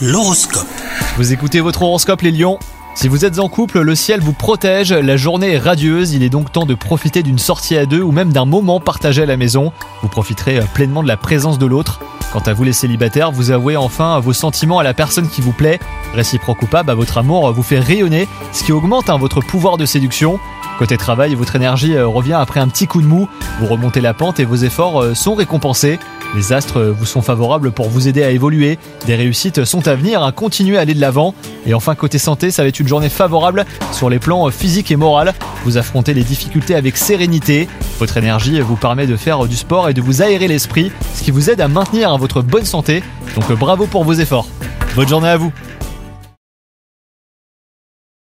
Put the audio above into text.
L'horoscope. Vous écoutez votre horoscope les lions. Si vous êtes en couple, le ciel vous protège, la journée est radieuse, il est donc temps de profiter d'une sortie à deux ou même d'un moment partagé à la maison. Vous profiterez pleinement de la présence de l'autre. Quant à vous les célibataires, vous avouez enfin vos sentiments à la personne qui vous plaît. Réciproque ou pas, votre amour vous fait rayonner, ce qui augmente votre pouvoir de séduction. Côté travail, votre énergie revient après un petit coup de mou, vous remontez la pente et vos efforts sont récompensés. Les astres vous sont favorables pour vous aider à évoluer, des réussites sont à venir, continuez à aller de l'avant. Et enfin côté santé, ça va être une journée favorable sur les plans physique et moral. Vous affrontez les difficultés avec sérénité, votre énergie vous permet de faire du sport et de vous aérer l'esprit, ce qui vous aide à maintenir votre bonne santé, donc bravo pour vos efforts. Bonne journée à vous.